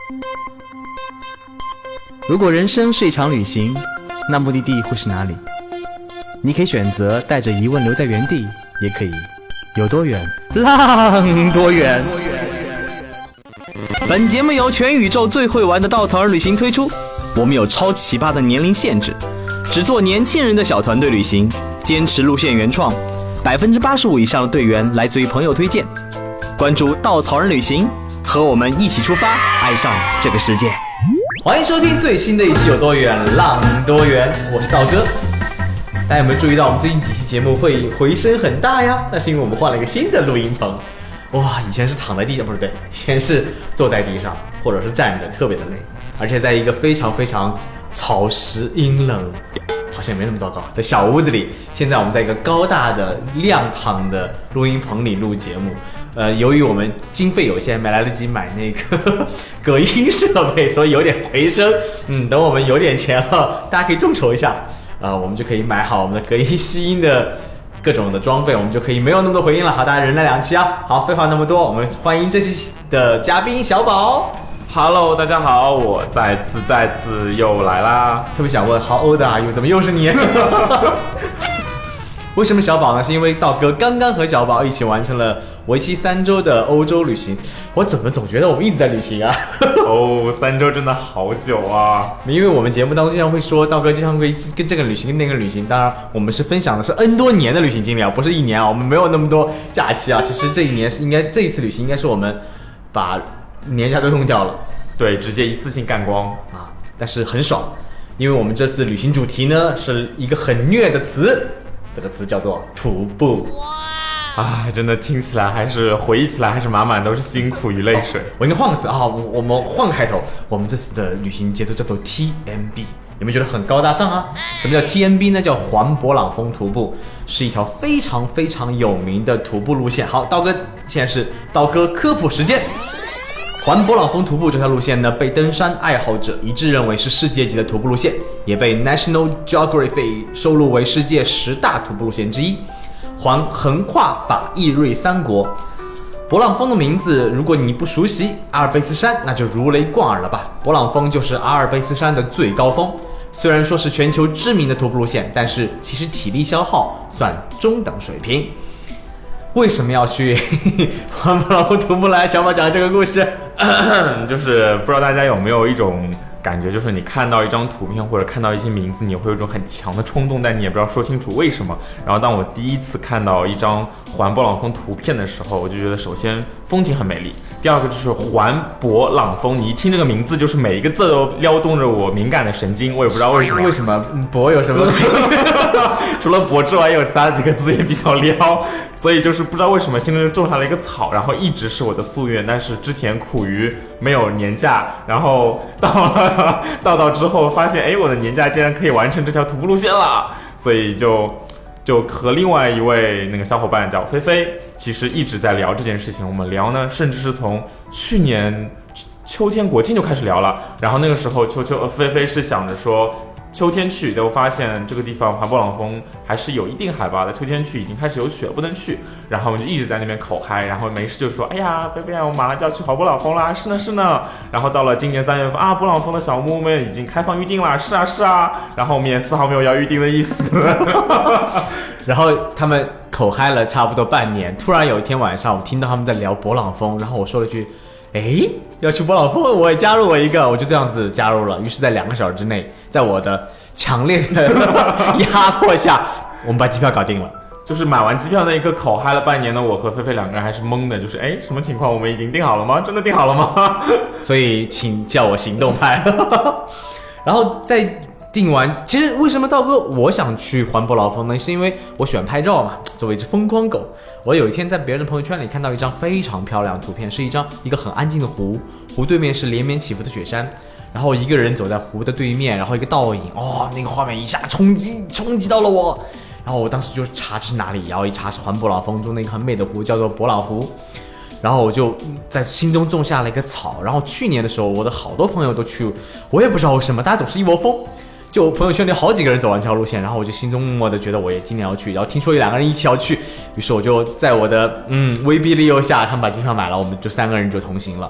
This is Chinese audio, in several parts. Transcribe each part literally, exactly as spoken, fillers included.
如果人生是一场旅行，那目的地会是哪里？你可以选择带着疑问留在原地，也可以有多远浪多远。本节目由全宇宙最会玩的稻草人旅行推出，我们有超奇葩的年龄限制，只做年轻人的小团队旅行，坚持路线原创，百分之八十五以上的队员来自于朋友推荐。关注稻草人旅行，和我们一起出发，爱上这个世界。欢迎收听最新的一期有多远浪多远，我是道哥。大家有没有注意到我们最近几期节目会回声很大呀？那是因为我们换了一个新的录音棚。哇，以前是躺在地上，不是对，以前是坐在地上或者是站着，特别的累，而且在一个非常非常潮湿阴冷，好像也没那么糟糕的小屋子里。现在我们在一个高大的亮堂的录音棚里录节目。呃，由于我们经费有限，没来得及买那个隔音设备，所以有点回声。嗯，等我们有点钱了，大家可以众筹一下，呃，我们就可以买好我们的隔音吸音的各种的装备，我们就可以没有那么多回音了。好，大家人来两期啊。好，废话那么多，我们欢迎这期的嘉宾小宝。 Hello， 大家好，我再次再次又来啦。 特别想问 How old are you？ 怎么又是你？为什么小宝呢？是因为道哥刚刚和小宝一起完成了为期三周的欧洲旅行。我怎么总觉得我们一直在旅行啊？ 哦，三周真的好久啊！ 因为我们节目当中经常会说，道哥经常会跟这个旅行跟那个旅行。当然，我们是分享的是 N 多年的旅行经历啊，不是一年啊，我们没有那么多假期啊。其实这一年是应该这一次旅行应该是我们把年假都用掉了， 对，直接一次性干光啊，但是很爽，因为我们这次旅行主题呢是一个很虐的词。这个词叫做徒步。 啊，真的听起来还是回忆起来还是满满都是辛苦与泪水。 哦、我应该换个词啊，我们换开头，我们这次的旅行节奏叫做 T M B， 有没有觉得很高大上啊？什么叫 T M B 呢？叫环勃朗峰徒步，是一条非常非常有名的徒步路线。好，刀哥现在是刀哥科普时间。环勃朗峰徒步这条路线呢，被登山爱好者一致认为是世界级的徒步路线，也被 National Geographic 收录为世界十大徒步路线之一。环横跨法意瑞三国。勃朗峰的名字，如果你不熟悉阿尔卑斯山，那就如雷贯耳了吧。勃朗峰就是阿尔卑斯山的最高峰，虽然说是全球知名的徒步路线，但是其实体力消耗算中等水平。为什么要去环勃朗峰徒步来？小宝讲这个故事， 就是不知道大家有没有一种感觉，就是你看到一张图片或者看到一些名字，你会有一种很强的冲动，但你也不知道说清楚为什么。然后当我第一次看到一张环勃朗峰图片的时候，我就觉得首先风景很美丽，第二个就是环勃朗峰，你一听这个名字，就是每一个字都撩动着我敏感的神经，我也不知道为什么。 为什么勃有什么？ 除了勃之外，也有其他几个字也比较撩，所以就是不知道为什么心中就种下了一个草，然后一直是我的夙愿。但是之前苦于没有年假，然后到了到到之后发现，哎，我的年假竟然可以完成这条徒步路线了，所以就就和另外一位那个小伙伴叫菲菲，其实一直在聊这件事情。我们聊呢，甚至是从去年秋天国庆就开始聊了。然后那个时候，秋秋菲菲是想着说，秋天去，但我发现这个地方环勃朗峰还是有一定海拔的，秋天去已经开始有雪，不能去。然后我们就一直在那边口嗨，然后没事就说，哎呀，菲菲啊，我马上就要去环勃朗峰啦，是呢是呢。然后到了今年三月份啊，勃朗峰的小木屋们已经开放预定啦，是啊是啊。然后我们也丝毫没有要预定的意思。 然后他们口嗨了差不多半年，突然有一天晚上，我听到他们在聊勃朗峰，然后我说了句，哎，要去勃朗峰，我也加入我一个，我就这样子加入了。于是，在两个小时之内，在我的强烈的压迫下，我们把机票搞定了。 就是买完机票那一刻，口嗨了半年的我和菲菲两个人还是懵的，就是哎，什么情况？我们已经订好了吗？真的订好了吗？ 所以请叫我行动派。然后在订完，其实为什么道哥我想去环勃朗峰呢？是因为我喜欢拍照嘛，作为一只疯狂狗，我有一天在别人的朋友圈里看到一张非常漂亮的图片，是一张一个很安静的湖，湖对面是连绵起伏的雪山，然后一个人走在湖的对面，然后一个倒影，哦，那个画面一下冲击冲击到了我，然后我当时就查是哪里，然后一查是环勃朗峰中那个很美的湖，叫做勃朗湖。然后我就在心中种下了一个草，然后去年的时候，我的好多朋友都去，我也不知道为什么，大家总是一窝蜂。就我朋友圈里好几个人走完这条路线，然后我就心中默默的觉得我也今年要去，然后听说有两个人一起要去，于是我就在我的嗯威逼利诱下，他们把机票买了，我们就三个人就同行了。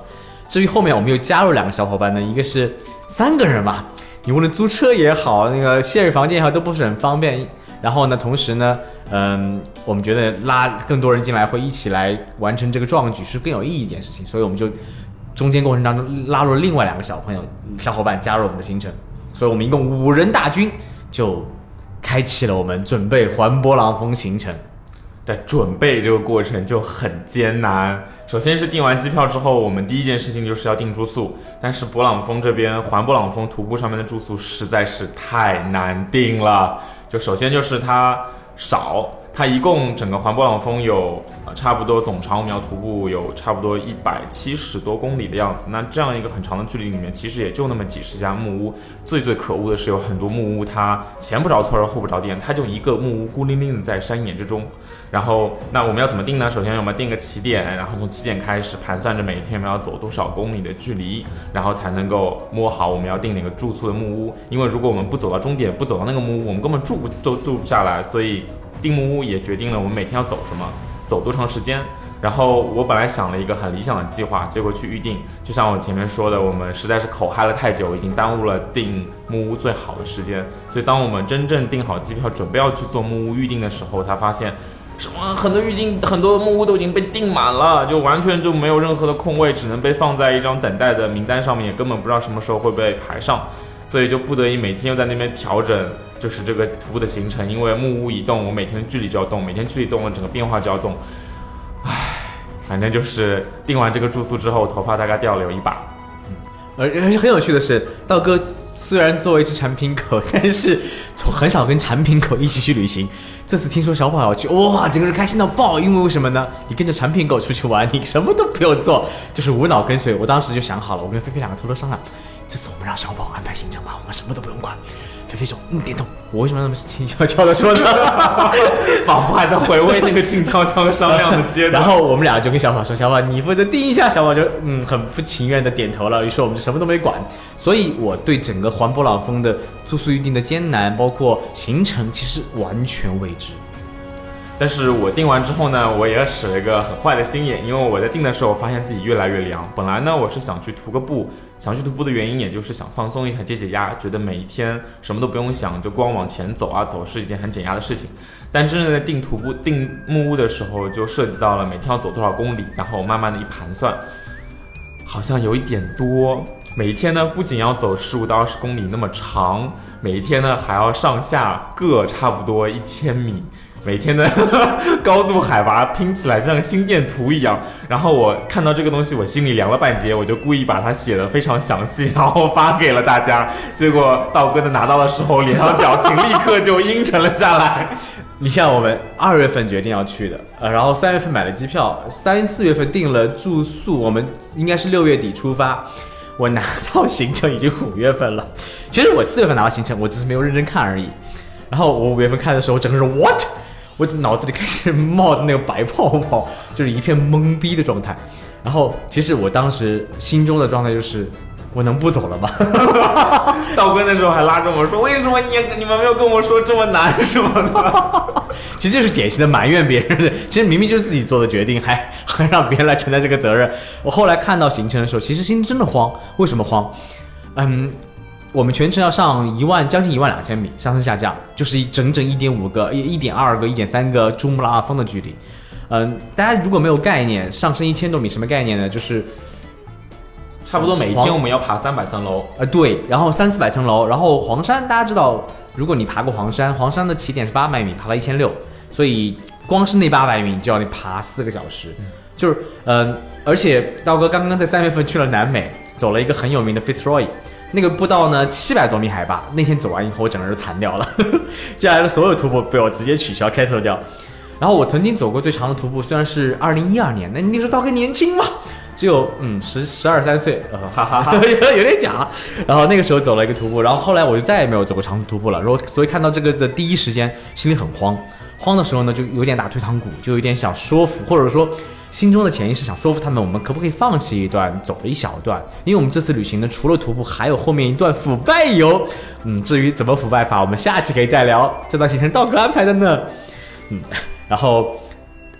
至于后面我们又加入两个小伙伴呢，一个是三个人嘛，你无论租车也好，那个泄日房间也好，都不是很方便。然后呢，同时呢，嗯，我们觉得拉更多人进来会一起来完成这个壮举是更有意义一件事情，所以我们就中间过程当中拉入了另外两个小朋友小伙伴加入我们的行程，所以我们一共五人大军就开启了我们准备环勃朗峰行程。 在准备这个过程就很艰难。首先是订完机票之后，我们第一件事情就是要订住宿。但是勃朗峰这边环勃朗峰徒步上面的住宿实在是太难订了。就首先就是它少，它一共整个环勃朗峰有、呃、差不多总长我们要徒步有差不多一百七十多公里的样子。那这样一个很长的距离里面，其实也就那么几十家木屋。最最可恶的是有很多木屋，它前不着村后不着店，它就一个木屋孤零零的在山野之中。然后那我们要怎么定呢？首先我们定个起点，然后从起点开始盘算着每一天我们要走多少公里的距离，然后才能够摸好我们要定哪个住宿的木屋。因为如果我们不走到终点，不走到那个木屋，我们根本住不住住不下来。所以定木屋也决定了我们每天要走什么，走多长时间。然后我本来想了一个很理想的计划，结果去预定，就像我前面说的，我们实在是口嗨了太久，已经耽误了订木屋最好的时间。所以当我们真正订好机票，准备要去做木屋预定的时候，才发现什么很多预定很多木屋都已经被订满了，就完全就没有任何的空位，只能被放在一张等待的名单上面，也根本不知道什么时候会被排上。所以就不得已每天又在那边调整，就是这个徒步的行程。因为木屋一动，我每天距离就要动，每天距离动了，整个变化就要动。唉，反正就是订完这个住宿之后，头发大概掉了有一把。 嗯，而而且很有趣的是，道哥虽然作为一只产品狗，但是从很少跟产品狗一起去旅行。这次听说小宝要去，哇，整个人开心到爆！因为为什么呢？你跟着产品狗出去玩，你什么都不用做，就是无脑跟随。我当时就想好了，我跟菲菲两个偷偷商量，这次我们让小宝安排行程吧，我们什么都不用管。菲菲说：“嗯，点头。”我为什么那么轻悄悄的说呢？ 仿佛还在回味那个静悄悄商量的阶段。 然后我们俩就跟小宝说：“小宝，你负责定一下。”小宝就嗯很不情愿的点头了。于是我们就什么都没管。所以我对整个环勃朗峰的住宿预定的艰难，包括行程，其实完全未知。 但是我订完之后呢，我也使了一个很坏的心眼，因为我在订的时候发现自己越来越凉。本来呢，我是想去徒个步，想去徒步的原因也就是想放松一下，解解压，觉得每一天什么都不用想，就光往前走啊走是一件很减压的事情。但真正在订徒步、订木屋的时候，就涉及到了每天要走多少公里，然后我慢慢的一盘算，好像有一点多。每一天呢，不仅要走十五到二十公里那么长，每一天呢还要上下各差不多一千米。每天的高度海拔拼起来像心电图一样，然后我看到这个东西，我心里凉了半截，我就故意把它写得非常详细，然后发给了大家。结果道哥在拿到的时候，脸上的表情立刻就阴沉了下来。 你像我们二月份决定要去的，呃，然后三月份买了机票，三四月份订了住宿，我们应该是六月底出发。我拿到行程已经五月份了，其实我四月份拿到行程，我只是没有认真看而已。然后我五月份看的时候，整个人 what？我脑子里开始冒着那个白泡泡，就是一片懵逼的状态。然后其实我当时心中的状态就是，我能不走了吗？ 道哥那时候还拉着我说，为什么你你们没有跟我说这么难什么的？ 其实就是典型的埋怨别人的，其实明明就是自己做的决定，还还让别人来承担这个责任。我后来看到行程的时候，其实心真的慌。为什么慌？嗯。我们全程要上一万，将近一万两千米，上升下降，就是整整一点五个、一点二个、一点三个珠穆朗玛峰的距离。嗯，大家如果没有概念，上升一千多米什么概念呢？就是差不多每一天我们要爬三百层楼。 呃，对，然后三四百层楼，然后黄山大家知道，如果你爬过黄山，黄山的起点是八百米，爬了一千六，所以光是那八百米就要你爬四个小时。嗯、就是嗯、呃，而且道哥刚刚在三月份去了南美，走了一个很有名的 Fitzroy。那个步道呢，七百多米海拔。那天走完以后，我整个人残掉了。接下来的所有徒步被我直接取消 cancel 掉。然后我曾经走过最长的徒步，虽然是二零一二年，那那时候道哥年轻嘛，只有嗯十十二三岁，呃哈哈哈，有点假。然后那个时候走了一个徒步，然后后来我就再也没有走过长途徒步了。然后所以看到这个的第一时间，心里很慌。慌的时候呢，就有点打退堂鼓，就有点想说服，或者说心中的潜意识想说服他们，我们可不可以放弃一段，走了一小段？因为我们这次旅行呢，除了徒步，还有后面一段腐败游。嗯，至于怎么腐败法，我们下期可以再聊。这段行程道哥安排的呢。嗯，然后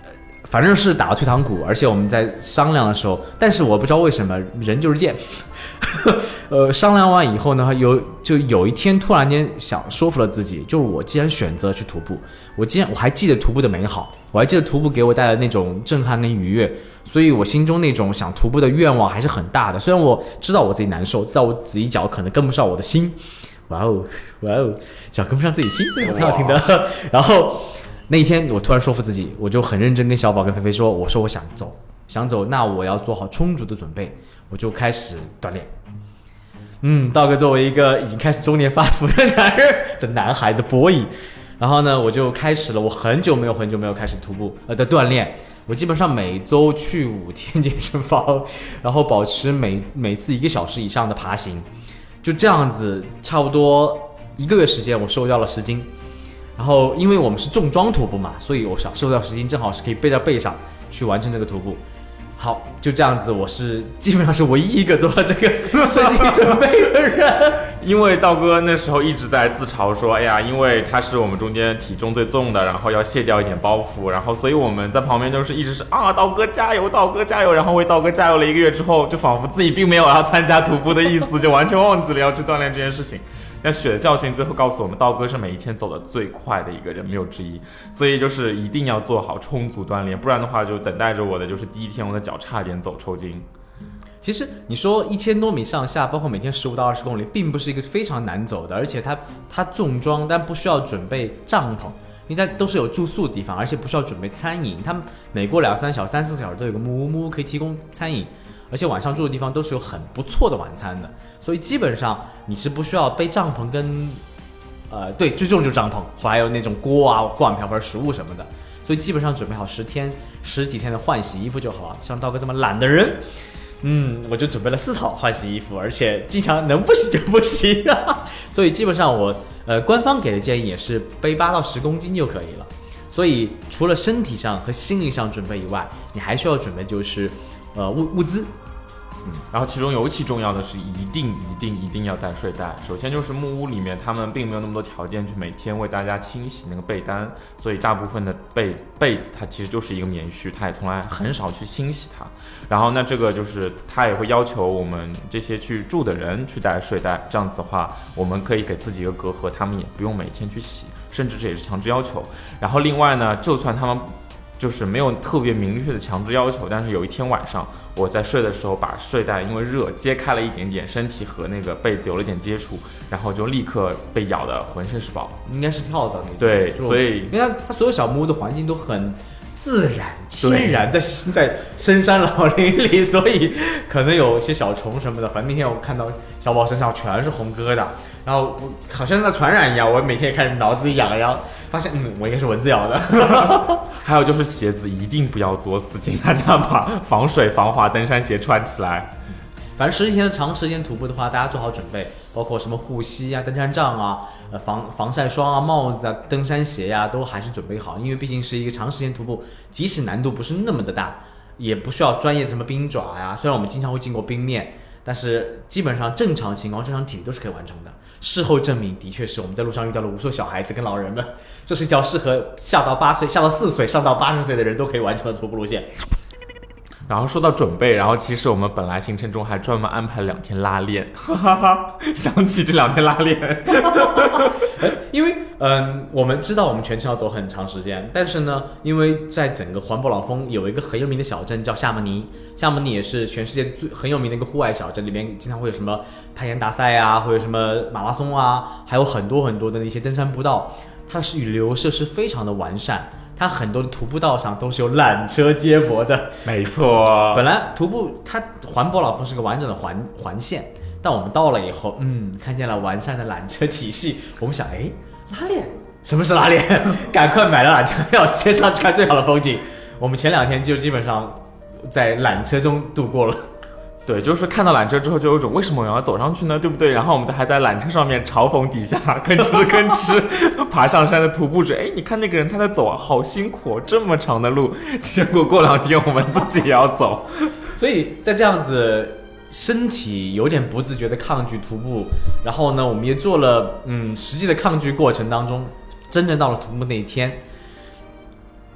反正是打了退堂鼓，而且我们在商量的时候，但是我不知道为什么人就是贱，呃，商量完以后呢，有就有一天突然间想说服了自己，就是我既然选择去徒步，我既然我还记得徒步的美好，我还记得徒步给我带来的那种震撼跟愉悦，所以我心中那种想徒步的愿望还是很大的。虽然我知道我自己难受，知道我自己脚可能跟不上我的心，哇哦哇哦，脚跟不上自己心，这个挺好听的。然后那一天我突然说服自己，我就很认真跟小宝跟菲菲说，我说我想走想走，那我要做好充足的准备，我就开始锻炼。嗯，道哥作为一个已经开始中年发福的男人的男孩的播音，然后呢，我就开始了我很久没有很久没有开始徒步呃的锻炼。我基本上每周去五天健身房，然后保持每每次一个小时以上的爬行，就这样子，差不多一个月时间，我瘦掉了十斤。然后因为我们是重装徒步嘛，所以我想瘦掉十斤，正好是可以背在背上去完成这个徒步。好，就这样子，我是基本上是唯一一个做了这个身体准备的人。 因为道哥那时候一直在自嘲说，哎呀，因为他是我们中间体重最重的，然后要卸掉一点包袱，然后所以我们在旁边就是一直是啊，道哥加油，道哥加油，然后为道哥加油了一个月之后，就仿佛自己并没有要参加徒步的意思，就完全忘记了要去锻炼这件事情。但血的教训最后告诉我们，道哥是每一天走得最快的一个人，没有之一。所以就是一定要做好充足锻炼，不然的话就等待着我的就是第一天我的脚差点走抽筋。 其实你说一千多米上下，包括每天十五到二十公里，并不是一个非常难走的，而且它它重装，但不需要准备帐篷，因为它都是有住宿的地方，而且不需要准备餐饮。他们每过两三小时、三四个小时都有个木屋，木屋可以提供餐饮。而且晚上住的地方都是有很不错的晚餐的，所以基本上你是不需要背帐篷跟，呃，对，最重就是帐篷，还有那种锅啊、锅碗瓢盆、食物什么的，所以基本上准备好十天、十几天的换洗衣服就好了。像道哥这么懒的人，嗯，我就准备了四套换洗衣服，而且经常能不洗就不洗，所以基本上我呃官方给的建议也是背八到十公斤就可以了。所以除了身体上和心理上准备以外，你还需要准备就是呃物物资。 嗯，然后其中尤其重要的是，一定一定一定要带睡袋。首先就是木屋里面，他们并没有那么多条件去每天为大家清洗那个被单，所以大部分的被被子它其实就是一个棉絮，它也从来很少去清洗它。然后那这个就是他也会要求我们这些去住的人去带睡袋，这样子的话，我们可以给自己一个隔阂，他们也不用每天去洗，甚至这也是强制要求。然后另外呢，就算他们就是没有特别明确的强制要求，但是有一天晚上我在睡的时候把睡袋因为热揭开了一点点，身体和那个被子有了点接触，然后就立刻被咬得浑身是包， 应该是跳蚤那种。 对，所以因为它它所有小木屋的环境都很自然天然，在在深山老林里，所以可能有一些小虫什么的。反正那天我看到小宝身上全是红疙瘩，然后我好像在传染一样，我每天也开始挠自己痒痒，发现嗯，我应该是蚊子咬的。 还有就是鞋子一定不要作死，请大家把防水防滑登山鞋穿起来。 反正十几天的长时间徒步的话，大家做好准备，包括什么护膝啊、登山杖啊、呃防防晒霜啊、帽子啊、登山鞋呀、啊，都还是准备好，因为毕竟是一个长时间徒步，即使难度不是那么的大，也不需要专业的什么冰爪呀。虽然我们经常会经过冰面，但是基本上正常情况、正常体力都是可以完成的。事后证明，的确是我们在路上遇到了无数小孩子跟老人们，这是一条适合下到八岁、下到四岁、上到八十岁的人都可以完成的徒步路线。 然后说到准备，然后其实我们本来行程中还专门安排了两天拉练，哈哈哈，想起这两天拉练， 因为嗯，我们知道我们全程要走很长时间，但是呢，因为在整个环勃朗峰有一个很有名的小镇叫夏目尼，夏目尼也是全世界最很有名的一个户外小镇，里面经常会有什么攀岩大赛啊，会有什么马拉松啊，还有很多很多的那些登山步道，它是旅游设施非常的完善。它很多的徒步道上都是有缆车接驳的， 没错。 本来徒步它环勃朗峰是个完整的环环线，但我们到了以后，嗯，看见了完善的缆车体系，我们想，哎，拉练，什么是拉练？赶快买了缆车票，直接上去看最好的风景。我们前两天就基本上在缆车中度过了。 对，就是看到缆车之后就有一种为什么我要走上去呢，对不对？然后我们还在缆车上面嘲讽底下吭哧吭哧爬上山的徒步者，哎，你看那个人他在走啊，好辛苦哦，这么长的路，结果过两天我们自己也要走。 所以在这样子身体有点不自觉的抗拒徒步，然后呢，我们也做了嗯实际的抗拒过程当中，真正到了徒步那一天，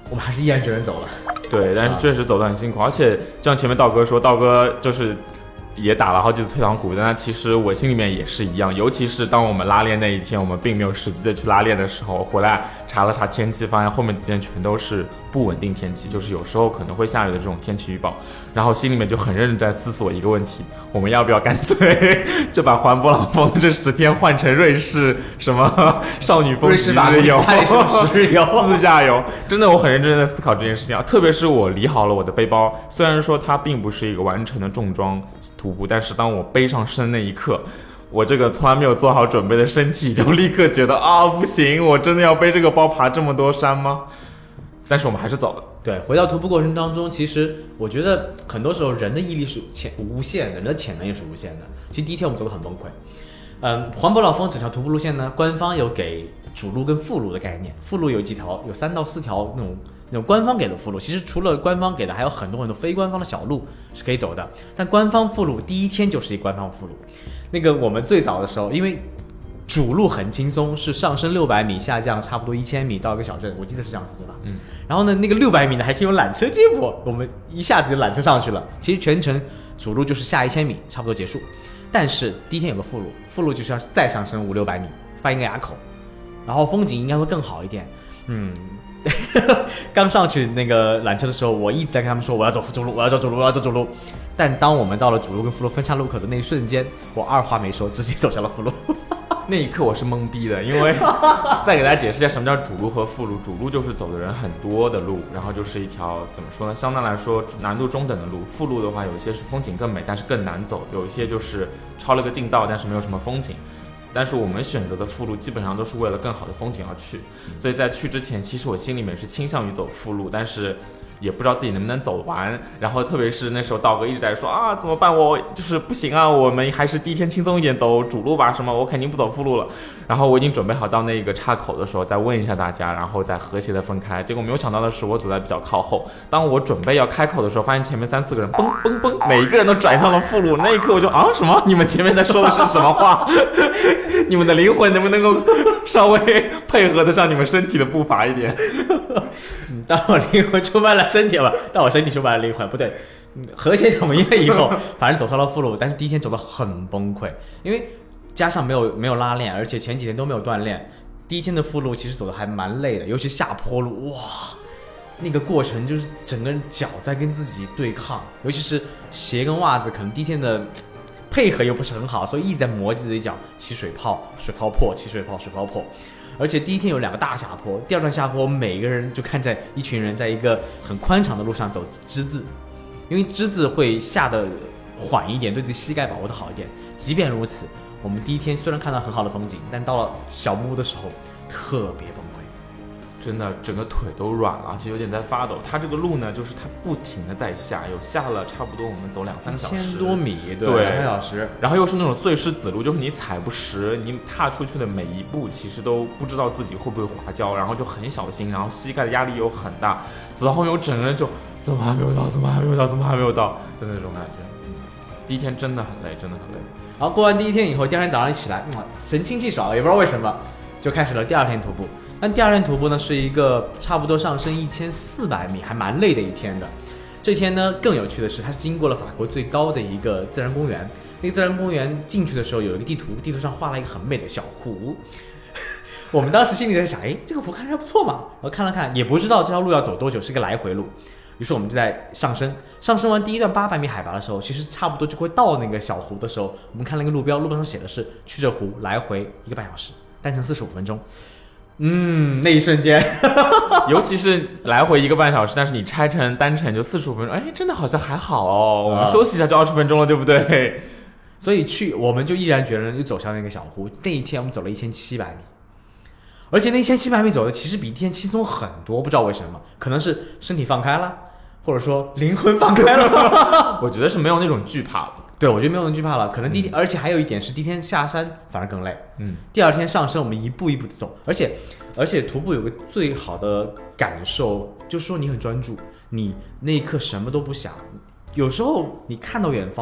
我们还是毅然决然走了。 对，但是确实走得很辛苦，而且就像前面道哥说，道哥就是也打了好几次退堂鼓，但其实我心里面也是一样，尤其是当我们拉练那一天，我们并没有实际的去拉练的时候，回来查了查天气，发现后面几天全都是不稳定天气，就是有时候可能会下雨的这种天气预报，然后心里面就很认真在思索一个问题，我们要不要干脆就把环勃朗峰这十天换成瑞士什么少女峰十日游、 十日游、 自驾游？真的，我很认真的在思考这件事情啊，特别是我理好了我的背包，虽然说它并不是一个完成的重装徒步，但是当我背上身那一刻，我这个从来没有做好准备的身体就立刻觉得啊，不行，我真的要背这个包爬这么多山吗？但是我们还是走了。 对，回到徒步过程当中，其实我觉得很多时候人的毅力是潜无限的，人的潜能也是无限的。其实第一天我们走得很崩溃。嗯，环勃朗峰整条徒步路线呢，官方有给主路跟副路的概念，副路有几条，有三到四条那种那种官方给的副路。其实除了官方给的，还有很多很多非官方的小路是可以走的。但官方副路第一天就是一官方副路。那个我们最早的时候，因为主路很轻松，是上升六百米，下降差不多一千米到一个小镇，我记得是这样子对吧？嗯。然后呢，那个六百米呢还可以有缆车接驳，我们一下子就缆车上去了。其实全程主路就是下一千米，差不多结束。但是第一天有个副路，副路就是要再上升五六百米，翻一个垭口，然后风景应该会更好一点。嗯，刚上去那个缆车的时候，我一直在跟他们说我要走主路，我要走主路，我要走主路。但当我们到了主路跟副路分岔路口的那一瞬间，我二话没说，直接走向了副路。 那一刻我是懵逼的，因为再给大家解释一下什么叫主路和副路。主路就是走的人很多的路，然后就是一条怎么说呢，相对来说难度中等的路。副路的话，有一些是风景更美，但是更难走；有一些就是超了个近道，但是没有什么风景。但是我们选择的副路基本上都是为了更好的风景而去，所以在去之前，其实我心里面是倾向于走副路，但是也不知道自己能不能走完。然后特别是那时候道哥一直在说啊，怎么办，我就是不行啊，我们还是第一天轻松一点，走主路吧，什么我肯定不走副路了。然后我已经准备好到那个岔口的时候再问一下大家，然后再和谐的分开。结果没有想到的是，我走在比较靠后，当我准备要开口的时候，发现前面三四个人嘣嘣嘣，每一个人都转向了副路。那一刻我就啊，什么？你们前面在说的是什么话？你们的灵魂能不能够稍微配合得上你们身体的步伐一点？ 当我灵魂出卖了身体吧，但我身体出卖了灵魂，不对。和谐怎么样以后，反正走上了副路，但是第一天走得很崩溃，因为加上没有没有拉练，而且前几天都没有锻炼，第一天的副路其实走得还蛮累的，尤其下坡路，哇，那个过程就是整个人脚在跟自己对抗，尤其是鞋跟袜子，可能第一天的配合又不是很好，所以一直在磨自己的脚，起水泡，水泡破，起水泡，水泡破。而且第一天有两个大下坡，第二段下坡，每个人就看在一群人在一个很宽敞的路上走之字，因为之字会下得缓一点，对自己膝盖把握得好一点。即便如此，我们第一天虽然看到很好的风景，但到了小木屋的时候特别崩溃， 真的整个腿都软了，而且有点在发抖。它这个路呢，就是它不停的在下，有下了差不多我们走两三个小时， 一千多米，对， 对， 两个小时。 然后又是那种碎石子路，就是你踩不实，你踏出去的每一步，其实都不知道自己会不会滑跤，然后就很小心，然后膝盖的压力又很大。走到后面，我整个人就怎么还没有到，怎么还没有到，怎么还没有到的那种感觉。第一天真的很累，真的很累。 然后过完第一天以后，第二天早上一起来，嗯、神清气爽，也不知道为什么，就开始了第二天徒步。但第二天徒步呢，是一个差不多上升一千四百米，还蛮累的一天的。这天呢，更有趣的是，它是经过了法国最高的一个自然公园。那个自然公园进去的时候，有一个地图，地图上画了一个很美的小湖。我们当时心里在想，哎，这个湖看着还不错嘛。然后看了看，也不知道这条路要走多久，是个来回路。于是我们就在上升，上升完第一段八百米海拔的时候，其实差不多就会到那个小湖的时候，我们看了一个路标，路标上写的是去这湖来回一个半小时，单程四十五分钟。嗯，那一瞬间， 尤其是来回一个半小时，但是你拆成单程就四十五分钟，哎，真的好像还好哦。我们休息一下就二十分钟了，对不对？ 所以去我们就毅然决然就走向那个小湖。那一天我们走了一千七百米，而且那一千七百米走的其实比一天轻松很多，不知道为什么，可能是身体放开了，或者说灵魂放开了。 我觉得是没有那种惧怕了。 对，我觉得没有人惧怕了。可能第一天、嗯，而且还有一点是第一天下山反而更累。 嗯， 第二天上升，我们一步一步走，而且而且徒步有个最好的感受，就是说你很专注，你那一刻什么都不想。有时候你看到远方，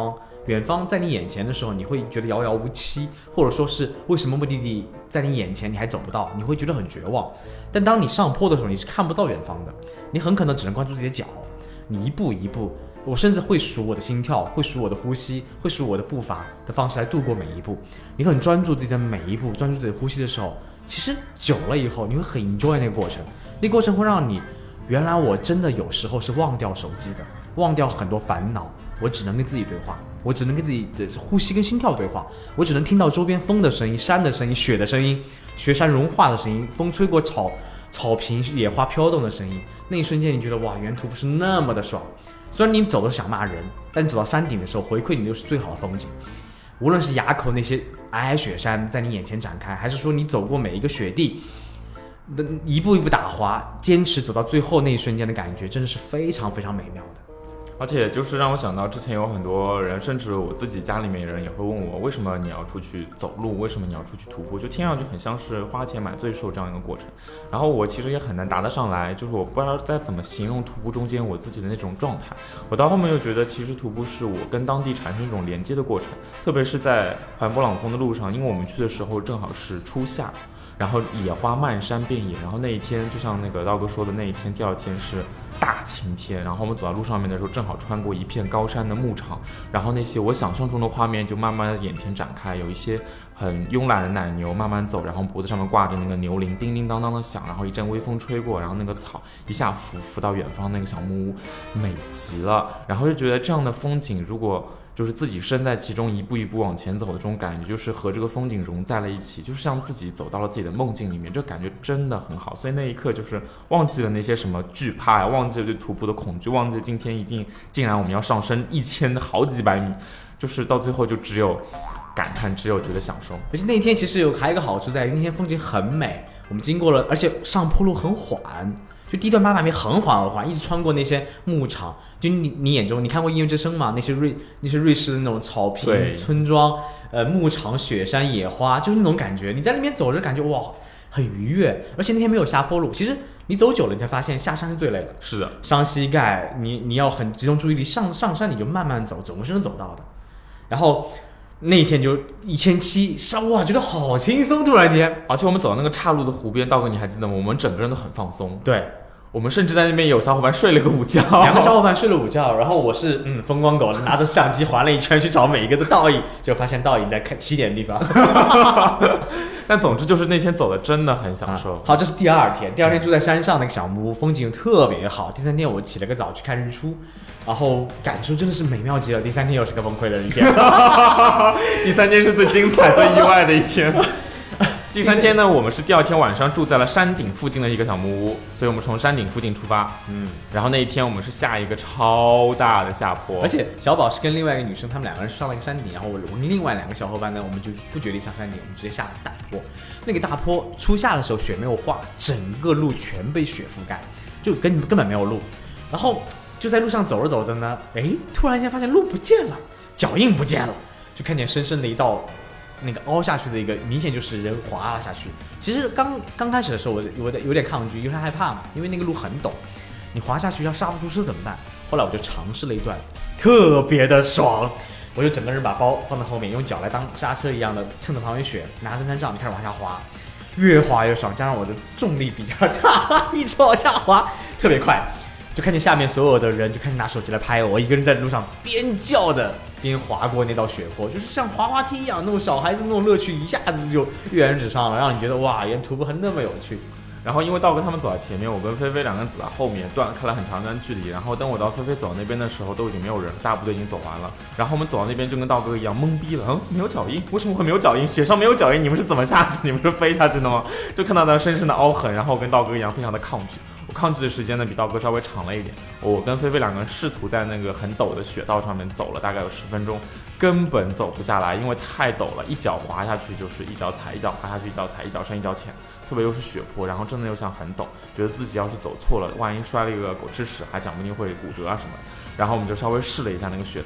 远方在你眼前的时候，你会觉得遥遥无期，或者说是为什么目的地在你眼前你还走不到，你会觉得很绝望。但当你上坡的时候，你是看不到远方的，你很可能只能关注自己的脚，你一步一步，我甚至会数我的心跳，会数我的呼吸，会数我的步伐的方式来度过每一步。你很专注自己的每一步，专注自己的呼吸的时候，其实久了以后，你会很 enjoy 那个过程。那个过程会让你，原来我真的有时候是忘掉手机的，忘掉很多烦恼，我只能跟自己对话，我只能跟自己的呼吸跟心跳对话，我只能听到周边风的声音、山的声音、雪的声音、雪山融化的声音、风吹过草草坪、野花飘动的声音。那一瞬间，你觉得哇，沿途不是那么的爽。虽然你走的想骂人，但你走到山顶的时候，回馈你就是最好的风景。无论是垭口那些皑皑雪山在你眼前展开，还是说你走过每一个雪地，一步一步打滑，坚持走到最后那一瞬间的感觉，真的是非常非常美妙的。 而且就是让我想到之前有很多人，甚至我自己家里面人也会问我，为什么你要出去走路，为什么你要出去徒步，就听上去很像是花钱买罪受这样一个过程。然后我其实也很难答得上来，就是我不知道该怎么形容徒步中间我自己的那种状态。我到后面又觉得，其实徒步是我跟当地产生一种连接的过程，特别是在环勃朗峰的路上，因为我们去的时候正好是初夏，然后野花漫山遍野，然后那一天就像那个道哥说的，那一天第二天是大晴天，然后我们走在路上面的时候，正好穿过一片高山的牧场，然后那些我想象中的画面就慢慢的眼前展开，有一些很慵懒的奶牛慢慢走，然后脖子上面挂着那个牛铃，叮叮当当的响，然后一阵微风吹过，然后那个草一下浮浮到远方那个小木屋，美极了。然后就觉得这样的风景，如果就是自己身在其中，一步一步往前走的这种感觉，就是和这个风景融在了一起，就是像自己走到了自己的梦境里面，这感觉真的很好。所以那一刻就是忘记了那些什么惧怕呀，忘记了对徒步的恐惧，忘记了今天一定竟然我们要上升一千好几百米，就是到最后就只有感叹，只有觉得享受。 而且那一天其实有还有一个好处在于，那天风景很美，我们经过了，而且上坡路很缓。就第一段八百米很缓很缓，一直穿过那些牧场，就你你眼中你看过《音乐之声》吗？那些瑞那些瑞士的那种草坪、村庄、呃牧场、雪山、野花，就是那种感觉。你在那边走着，感觉哇很愉悦。而且那天没有下坡路，其实你走久了，你才发现下山是最累的。 是的， 伤膝盖，你你要很集中注意力，上上山你就慢慢走，总是能走到的。然后那一天就一千七，哇，觉得好轻松，突然间。 而且我们走到那个岔路的湖边，道哥你还记得吗？我们整个人都很放松。 对。 我们甚至在那边有小伙伴睡了个午觉， 两个小伙伴睡了午觉，然后我是嗯风光狗，拿着相机环了一圈去找每一个的倒影，结果发现倒影在看起点的地方。 但总之就是那天走的真的很享受、 啊。好，这是第二天，第二天住在山上那个小木屋，风景特别好。第三天我起了个早去看日出，然后感受真的是美妙极了。第三天又是个崩溃的一天， 第三天是最精彩、最意外的一天。第三天呢，我们是第二天晚上住在了山顶附近的一个小木屋，所以我们从山顶附近出发，嗯，然后那一天我们是下一个超大的下坡， 而且小宝是跟另外一个女生，他们两个人上了一个山顶，然后我我跟另外两个小伙伴呢，我们就不决定上山顶，我们直接下了大坡。那个大坡初夏的时候雪没有化，整个路全被雪覆盖，就根根本没有路。然后就在路上走着走着呢，哎，突然间发现路不见了，脚印不见了，就看见深深的一道。那个凹下去的一个，明显就是人滑了下去。其实刚刚开始的时候，我我的有点抗拒，有点害怕嘛，因为那个路很陡，你滑下去要刹不住车怎么办？后来我就尝试了一段，特别的爽，我就整个人把包放在后面，用脚来当刹车一样的蹭着旁边雪，拿登山杖开始往下滑，越滑越爽，加上我的重力比较大，一直往下滑，特别快。就看见下面所有的人就开始拿手机来拍我，我一个人在路上边叫的边滑过那道雪坡，就是像滑滑梯一样，那种小孩子那种乐趣一下子就跃然纸上了，让你觉得哇，原来徒步还那么有趣。 然后因为道哥他们走在前面，我跟菲菲两个人走在后面，断开了很长一段距离。然后等我到菲菲走那边的时候，都已经没有人，大部队已经走完了。然后我们走到那边就跟道哥一样懵逼了，嗯，没有脚印，为什么会没有脚印？雪上没有脚印，你们是怎么下去？你们是飞下去的吗？就看到那深深的凹痕，然后跟道哥一样非常的抗拒。我抗拒的时间呢比道哥稍微长了一点，我跟菲菲两个人试图在那个很陡的雪道上面走了大概有十分钟，根本走不下来，因为太陡了，一脚滑下去就是一脚踩，一脚滑下去一脚踩，一脚深一脚浅，特别又是雪坡，然后真的又像很陡，觉得自己要是走错了，万一摔了一个狗吃屎，还讲不定会骨折啊什么的。然后我们就稍微试了一下那个雪道，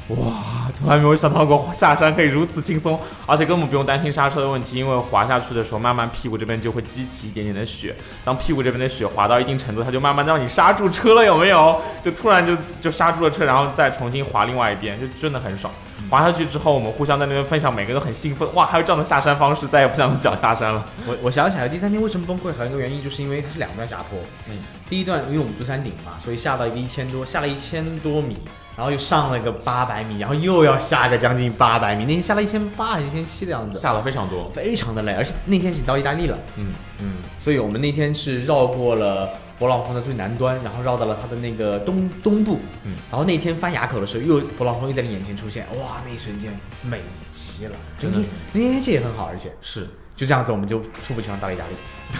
哇，从来没有想到过下山可以如此轻松，而且根本不用担心刹车的问题，因为滑下去的时候，慢慢屁股这边就会激起一点点的雪，当屁股这边的雪滑到一定程度，它就慢慢让你刹住车了，有没有？就突然就就刹住了车，然后再重新滑另外一边，就真的很爽。滑下去之后，我们互相在那边分享，每个人都很兴奋，哇，还有这样的下山方式，再也不想脚下山了。 我我想起来，第三天为什么崩溃，还有一个原因就是因为它是两段下坡。 嗯， 第一段因为我们住山顶嘛，所以下到一个一千多，下了一千多米，然后又上了个八百米，然后又要下个将近八百米，那天下了一千八还是一千七的样子， 下了非常多， 非常的累，而且那天是到意大利了。 嗯嗯，所以我们那天是绕过了勃朗峰的最南端，然后绕到了它的那个东东部， 嗯， 然后那天翻垭口的时候，又勃朗峰又在你眼前出现，哇，那一瞬间美极了， 真的， 那天天气也很好，而且是就这样子，我们就猝不及防到了意大利。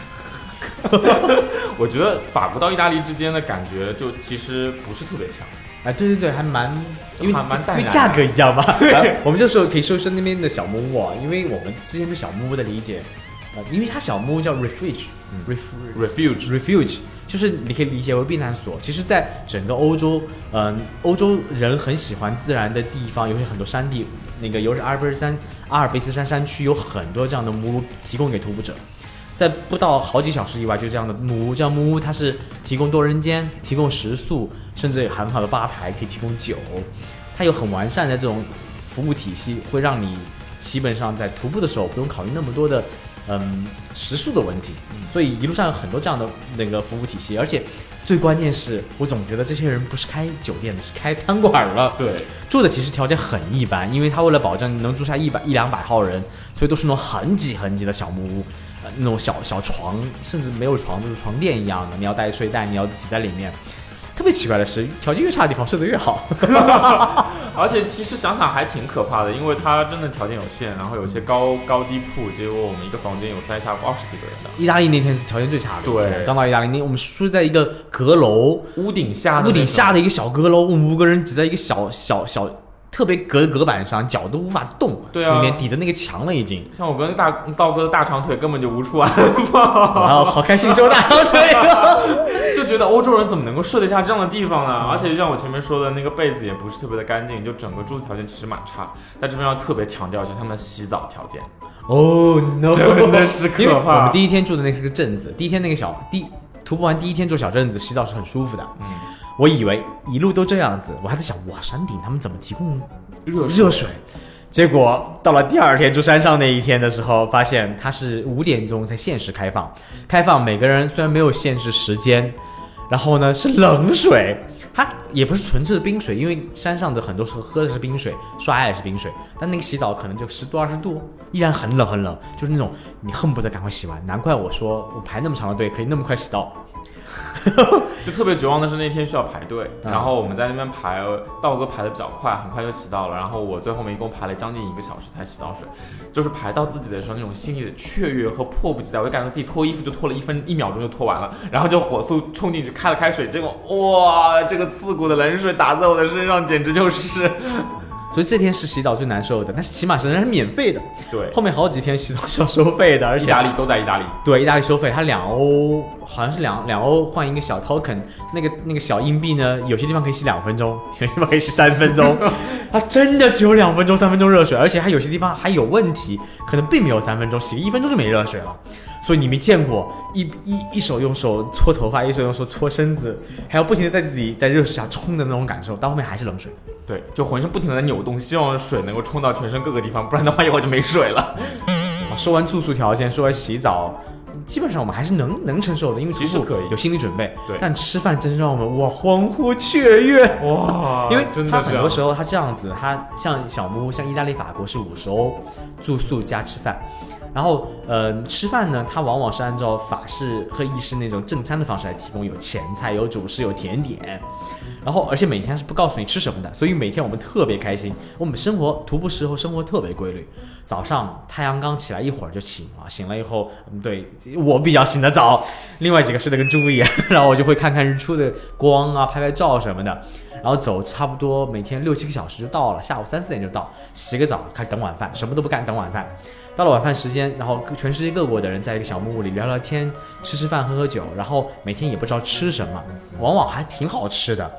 我觉得法国到意大利之间的感觉，就其实不是特别强。 哎，对对对，还蛮，因为还蛮淡然， 因为价格一样嘛。我们就说可以说说那边的小木屋啊，因为我们之前对小木屋的理解，呃，因为它小木屋叫 refuge，refuge，refuge，、 嗯、refuge, refuge, 就是你可以理解为避难所。其实，在整个欧洲，嗯、呃，欧洲人很喜欢自然的地方，尤其很多山地，那个尤其阿尔卑斯山、阿尔卑斯山山区有很多这样的木屋提供给徒步者。在不到好几小时以外，就这样的木屋，这样木屋它是提供多人间，提供食宿，甚至有很好的吧台，可以提供酒。它有很完善的这种服务体系，会让你基本上在徒步的时候不用考虑那么多的嗯食宿的问题。所以一路上有很多这样的那个服务体系，而且最关键是我总觉得这些人不是开酒店的，是开餐馆了。 对， 住的其实条件很一般，因为他为了保证能住下一百一两百号人，所以都是那种很挤很挤的小木屋。那种小小床，甚至没有床，就是床垫一样的，你要带睡袋，你要挤在里面。特别奇怪的是，条件越差的地方睡得越好。 而且其实想想还挺可怕的，因为它真的条件有限，然后有些高高低铺，结果我们一个房间有塞下过二十几个人的。 意大利那天是条件最差的， 对， 刚到意大利那我们住在一个阁楼屋顶下的屋顶下的一个小阁楼，我们五个人挤在一个小小小。特别隔隔板上，脚都无法动， 对啊， 里面抵着那个墙了已经。 像我跟大道哥的大长腿根本就无处安放， 然后好开心收大长腿， 就觉得欧洲人怎么能够睡得下这样的地方呢？而且就像我前面说的，那个被子也不是特别的干净，就整个住宿条件其实蛮差。在这边要特别强调一下他们的洗澡条件。 哦、oh, no， 真的是可怕。 我们第一天住的那是个镇子，第一天那个小第徒步完第一天住小镇子，洗澡是很舒服的。嗯。我以为一路都这样子，我还在想，哇，山顶他们怎么提供热热水？结果到了第二天住山上那一天的时候，发现它是五点钟才限时开放，开放每个人虽然没有限制时间，然后呢是冷水，它也不是纯粹的冰水，因为山上的很多时候喝的是冰水，刷牙也是冰水，但那个洗澡可能就十度二十度，依然很冷很冷，就是那种你恨不得赶快洗完。难怪我说我排那么长的队可以那么快洗到。 就特别绝望的是那天需要排队，嗯、然后我们在那边排，道哥排的比较快，很快就洗到了，然后我最后面一共排了将近一个小时才洗到水，就是排到自己的时候那种心里的雀跃和迫不及待，我就感觉自己脱衣服就脱了一分一秒钟就脱完了，然后就火速冲进去开了开水，结果哇，这个刺骨的冷水打在我的身上，简直就是。 所以这天是洗澡最难受的，但是起码是仍然是免费的。 对， 后面好几天洗澡是要收费的，而且意大利都在意大利。 对，意大利收费，它两欧，好像是两两欧换一个小 token， 那个那个小硬币呢，有些地方可以洗两分钟，有些地方可以洗三分钟，它真的只有两分钟、三分钟热水，而且它有些地方还有问题，可能并没有三分钟，洗个一分钟就没热水了。所以你没见过一一一手用手搓头发，一手用手搓身子，还要不停的在自己在热水下冲的那种感受，到后面还是冷水。 对，就浑身不停的在扭动，希望水能够冲到全身各个地方，不然的话一会儿就没水了。 说完住宿条件，说完洗澡，基本上我们还是能能承受的，因为其实可以有心理准备。 对， 但吃饭真让我们哇欢呼雀跃哇， 因为它很多时候它这样子，它像小木屋，像意大利、法国是五十欧住宿加吃饭。然后，呃，吃饭呢，它往往是按照法式和意式那种正餐的方式来提供，有前菜、有主食、有甜点。然后，而且每天是不告诉你吃什么的，所以每天我们特别开心。我们生活徒步时候生活特别规律，早上太阳刚起来一会儿就醒啊，醒了以后，嗯，对我比较醒得早，另外几个睡得跟猪一样，然后我就会看看日出的光啊，拍拍照什么的。然后走差不多每天六七个小时就到了，下午三四点就到，洗个澡，开始等晚饭，什么都不干，等晚饭。到了晚饭时间，然后全世界各国的人在一个小木屋里聊聊天，吃吃饭，喝喝酒，然后每天也不知道吃什么，往往还挺好吃的。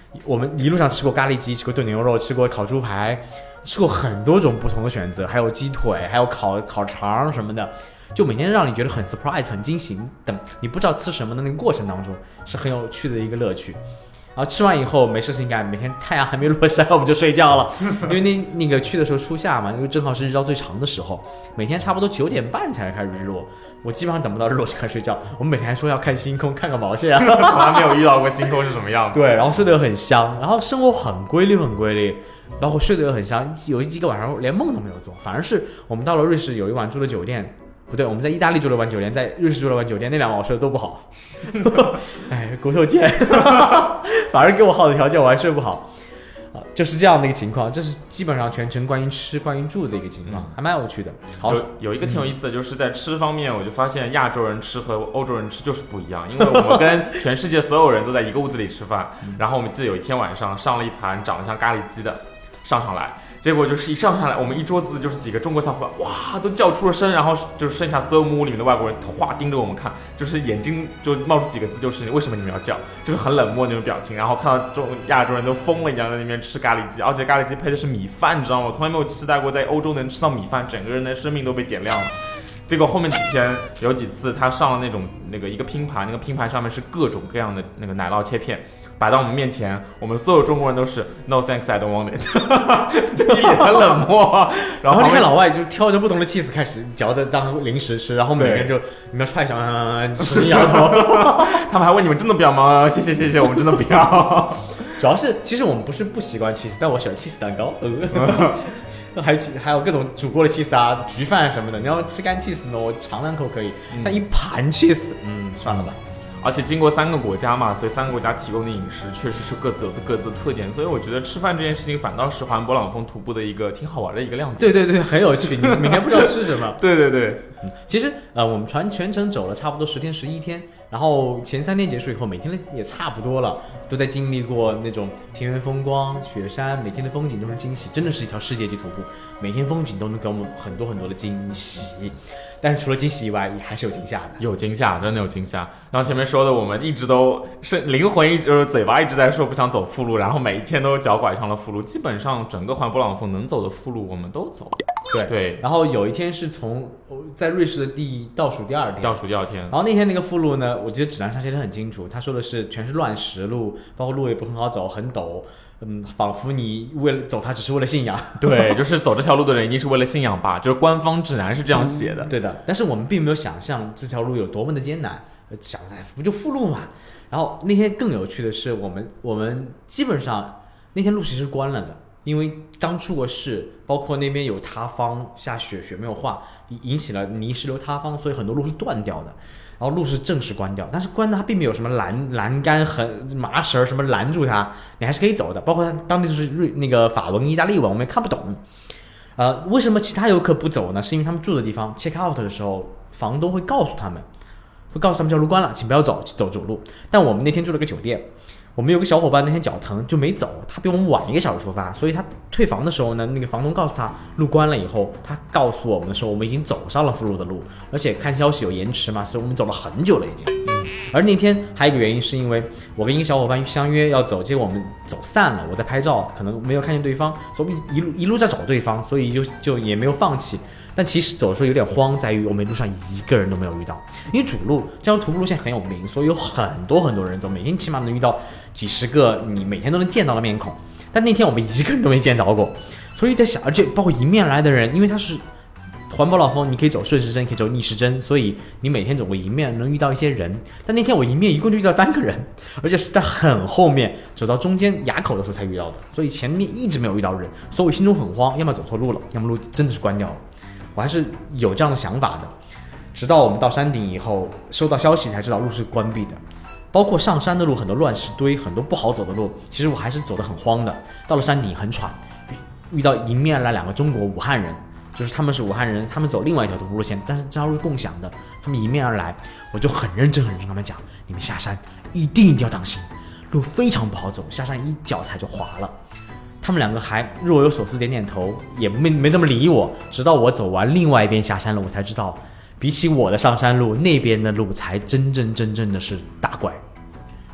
我们一路上吃过咖喱鸡，吃过炖牛肉，吃过烤猪排，吃过很多种不同的选择，还有鸡腿，还有烤烤肠什么的，就每天让你觉得很 surprise 很惊喜，等你不知道吃什么的那个过程当中是很有趣的一个乐趣。然后吃完以后没事情干，每天太阳还没落山我们就睡觉了，因为那那个去的时候初夏嘛，因为正好是日照最长的时候，每天差不多九点半才开始日落，我基本上等不到日落就开始睡觉。我们每天还说要看星空，看个毛线啊！ 从来没有遇到过星空是什么样子。 对，然后睡得又很香，然后生活很规律很规律，包括睡得又很香，有几个晚上连梦都没有做。反而是我们到了瑞士有一晚住的酒店。不对，我们在意大利住了晚酒店，在瑞士住了晚酒店，那两晚我睡得都不好，哎，骨头贱，反而给我好的条件我还睡不好，啊，就是这样的一个情况，这是基本上全程关于吃、关于住的一个情况，嗯、还蛮有趣的。好， 有有一个挺有意思的，就是在吃方面，我就发现亚洲人吃和欧洲人吃就是不一样，因为我们跟全世界所有人都在一个屋子里吃饭，然后我们记得有一天晚上上了一盘长得像咖喱鸡的上上来。结果就是一上上来，我们一桌子就是几个中国小伙伴，哇，都叫出了声，然后就是剩下所有木屋里面的外国人，哗盯着我们看，就是眼睛就冒出几个字，就是为什么你们要叫，就是很冷漠那种表情。然后看到中亚洲人都疯了一样在那边吃咖喱鸡，而且咖喱鸡配的是米饭，你知道吗？我从来没有期待过在欧洲能吃到米饭，整个人的生命都被点亮了。结果后面几天有几次他上了那种那个一个拼盘，那个拼盘上面是各种各样的那个奶酪切片。摆到我们面前，我们所有中国人都是 No thanks, I don't want it， 就一脸的冷漠。然后你看老外就挑着不同的 cheese 开始嚼着当零食吃，然后每个人就你们要踹一下，嗯，使劲摇头。 他们还问你们真的不要吗？谢谢谢谢，我们真的不要。 主要是其实我们不是不习惯 cheese， 但我喜欢 cheese 蛋糕。呃、还有还有各种煮过的 cheese 啊，焗饭什么的。你要吃干 cheese 呢，我尝两口可以，嗯、但一盘 cheese， 嗯，算了吧。 而且经过三个国家嘛，所以三个国家提供的饮食确实是各自有各自的特点，所以我觉得吃饭这件事情反倒是环勃朗峰徒步的一个挺好玩的一个亮点。 对对对，很有趣，你每天不知道吃什么。 对对对， 嗯，其实呃，我们全全程走了差不多十天十一天，然后前三天结束以后，每天也差不多了，都在经历过那种田园风光、雪山，每天的风景都是惊喜，真的是一条世界级徒步，每天风景都能给我们很多很多的惊喜。但是除了惊喜以外，也还是有惊吓的， 有惊吓，真的有惊吓。然后前面说的，我们一直都是灵魂一直嘴巴一直在说不想走副路，然后每一天都脚拐上了副路，基本上整个环勃朗峰能走的副路我们都走。 对对。 然后有一天是从在瑞士的第倒数第二天， 倒数第二天。 然后那天那个副路呢，我记得指南上写得很清楚，他说的是全是乱石路，包括路也不很好走，很陡。嗯，仿佛你为了走它只是为了信仰。 对，就是走这条路的人一定是为了信仰吧，就是官方指南是这样写的。 嗯、对的，但是我们并没有想象这条路有多么的艰难，想在不就附路嘛。然后那天更有趣的是，我们我们基本上那天路其实是关了的，因为刚出过事，包括那边有塌方，下雪雪没有化，引起了泥石流塌方，所以很多路是断掉的。然后路是正式关掉，但是关的它并没有什么栏栏杆和麻绳什么拦住它，你还是可以走的。包括它当地就是瑞那个法文、意大利文，我们也看不懂。呃，为什么其他游客不走呢？是因为他们住的地方 check out 的时候，房东会告诉他们，会告诉他们这条路关了，请不要走，走主路。但我们那天住了个酒店。我们有个小伙伴那天脚疼就没走，他比我们晚一个小时出发，所以他退房的时候呢，那个房东告诉他路关了以后，他告诉我们的时候，我们已经走上了副路的路，而且看消息有延迟嘛，所以我们走了很久了已经。嗯，而那天还有一个原因是因为我跟一个小伙伴相约要走，结果我们走散了，我在拍照，可能没有看见对方，所以一路一路在找对方，所以就就也没有放弃。但其实走的时候有点慌，在于我们路上一个人都没有遇到，因为主路这条徒步路线很有名，所以有很多很多人走，每天起码能遇到几十个你每天都能见到的面孔。但那天我们一个人都没见着过，所以在想，而且包括迎面来的人，因为它是环勃朗峰，你可以走顺时针，可以走逆时针，所以你每天走过迎面能遇到一些人。但那天我迎面一共就遇到三个人，而且是在很后面走到中间垭口的时候才遇到的，所以前面一直没有遇到人，所以我心中很慌，要么走错路了，要么路真的是关掉了。我还是有这样的想法的，直到我们到山顶以后，收到消息才知道路是关闭的。包括上山的路很多乱石堆，很多不好走的路，其实我还是走得很慌的。到了山顶很喘，遇到迎面来两个中国武汉人，就是他们是武汉人，他们走另外一条徒步路线，但是这条路是共享的，他们迎面而来，我就很认真很认真跟他们讲，你们下山一定一定要当心，路非常不好走，下山一脚踩就滑了。他们两个还若有所思点点头，也没没怎么理我，直到我走完另外一边下山路，我才知道比起我的上山路，那边的路才真正真正的是大怪。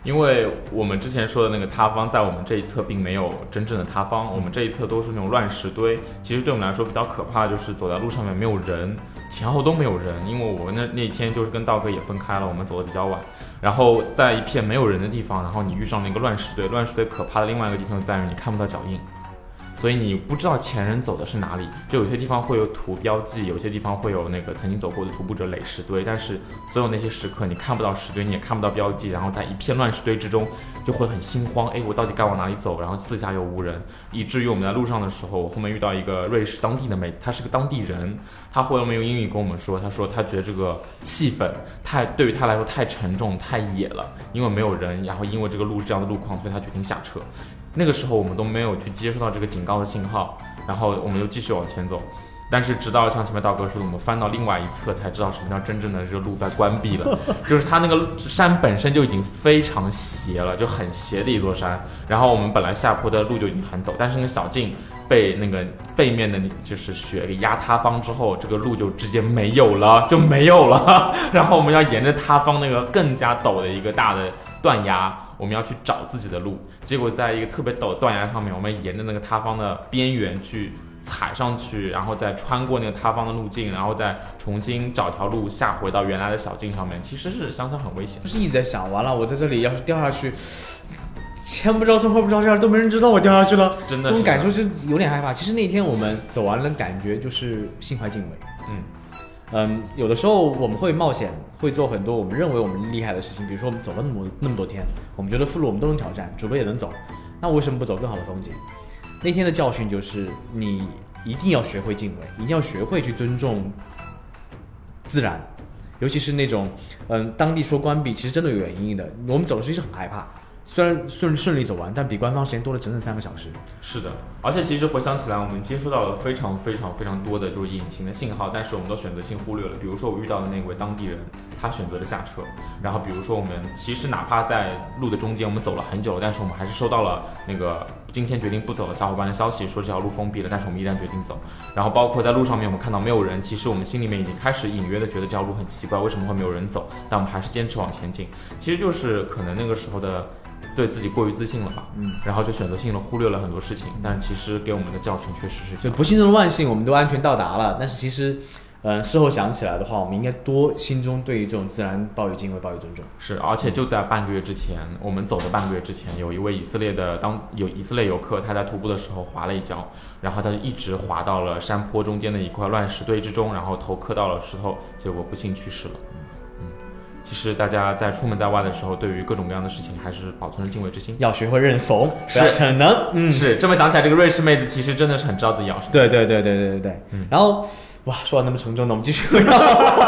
因为我们之前说的那个塌方，在我们这一侧并没有真正的塌方，我们这一侧都是那种乱石堆。其实对我们来说比较可怕的就是走在路上面没有人，前后都没有人。因为我那那天就是跟道哥也分开了，我们走的比较晚，然后在一片没有人的地方，然后你遇上了一个乱石堆。乱石堆可怕的另外一个地方就在于你看不到脚印。所以你不知道前人走的是哪里，就有些地方会有土标记，有些地方会有那个曾经走过的徒步者垒石堆，但是所有那些时刻你看不到石堆，你也看不到标记，然后在一片乱石堆之中就会很心慌，哎，我到底该往哪里走？然后四下又无人，以至于我们在路上的时候，我后面遇到一个瑞士当地的妹子，她是个当地人，她后面用英语跟我们说，她说她觉得这个气氛太对于她来说太沉重太野了，因为没有人，然后因为这个路是这样的路况，所以她决定下车。那个时候我们都没有去接收到这个警告的信号，然后我们就继续往前走。但是直到像前面道哥说的，我们翻到另外一侧才知道什么叫真正的这个路在关闭了，就是它那个山本身就已经非常斜了，就很斜的一座山。然后我们本来下坡的路就已经很陡，但是那个小径被那个背面的就是雪给压塌方之后，这个路就直接没有了，就没有了。然后我们要沿着塌方那个更加陡的一个大的断崖，我们要去找自己的路。结果在一个特别陡的断崖上面，我们沿着那个塌方的边缘去踩上去，然后再穿过那个塌方的路径，然后再重新找条路下回到原来的小径上面，其实是想想很危险。 就是一直在想，完了我在这里要是掉下去，前不知道村后不知道这都没人知道我掉下去了， 真的那种感受是有点害怕。其实那天我们走完了，感觉就是心怀敬畏。 嗯嗯，有的时候我们会冒险，会做很多我们认为我们厉害的事情，比如说我们走了那么那么多天，我们觉得副路我们都能挑战，主路也能走，那为什么不走更好的风景？那天的教训就是你一定要学会敬畏，一定要学会去尊重自然，尤其是那种嗯当地说关闭，其实真的有原因的。我们走的时候是很害怕，虽然顺顺利走完，但比官方时间多了整整三个小时。 是的，而且其实回想起来，我们接收到了非常非常非常多的就是隐形的信号，但是我们都选择性忽略了。比如说我遇到的那位当地人，他选择了下车。然后比如说我们其实哪怕在路的中间我们走了很久了，但是我们还是收到了那个今天决定不走的小伙伴的消息，说这条路封闭了，但是我们依然决定走。然后包括在路上面我们看到没有人，其实我们心里面已经开始隐约的觉得这条路很奇怪，为什么会没有人走？但我们还是坚持往前进。其实就是可能那个时候的对自己过于自信了吧，嗯，然后就选择性的忽略了很多事情，但其实给我们的教训确实是， 就不幸中的万幸，我们都安全到达了。但是其实，呃，事后想起来的话，我们应该多心中对于这种自然抱有敬畏，抱有尊重。 是，而且就在半个月之前，我们走的半个月之前，有一位以色列的当有以色列游客，他在徒步的时候滑了一跤，然后他就一直滑到了山坡中间的一块乱石堆之中，然后头磕到了石头，结果不幸去世了。其实大家在出门在外的时候，对于各种各样的事情还是保存着敬畏之心， 要学会认怂， 是不要逞能。嗯， 是这么想起来，这个瑞士妹子其实真的是很知道自己要什么。 对对对对对对对。嗯，然后哇，说到那么沉重的，我们继续回到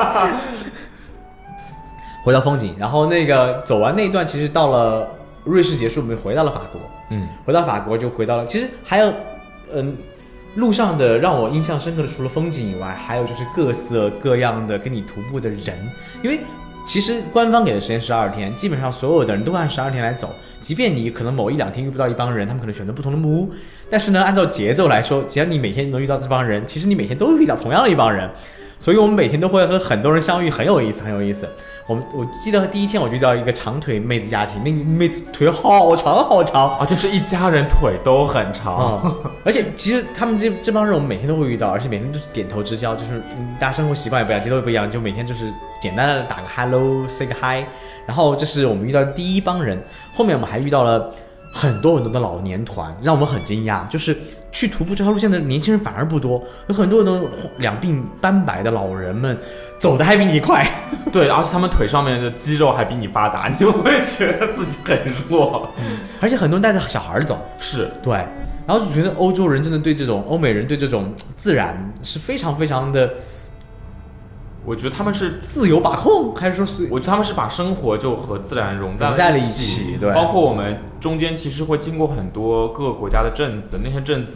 回到风景。然后那个走完那一段，其实到了瑞士结束，我们回到了法国。 嗯， 回到法国就回到了，其实还有嗯。路上的让我印象深刻的，除了风景以外，还有就是各色各样的跟你徒步的人，因为其实官方给的时间十二天，基本上所有的人都按十二天来走。即便你可能某一两天遇不到一帮人，他们可能选择不同的木屋，但是呢，按照节奏来说，只要你每天能遇到这帮人，其实你每天都会遇到同样的一帮人。所以我们每天都会和很多人相遇，很有意思，很有意思。我们我记得第一天我就遇到一个长腿妹子家庭，那妹子腿好长好长， 而且是一家人腿都很长。 嗯、而且其实他们这这帮人我们每天都会遇到，而且每天都是点头之交，就是、嗯、大家生活习惯也不一样，节奏也不一样，就每天就是简单的打个 hello，say 个 hi。然后这是我们遇到的第一帮人，后面我们还遇到了很多很多的老年团，让我们很惊讶，就是去徒步这条路线的年轻人反而不多，有很多的两鬓斑白的老人们走得还比你快。 对，而且他们腿上面的肌肉还比你发达，你就会觉得自己很弱。 嗯、而且很多人带着小孩走， 是对， 然后就觉得欧洲人真的对这种欧美人对这种自然是非常非常的。 我觉得他们是自由把控，还是说是？ 我觉得他们是把生活就和自然融在了一起，一起对。 包括我们中间其实会经过很多各个国家的镇子，那些镇子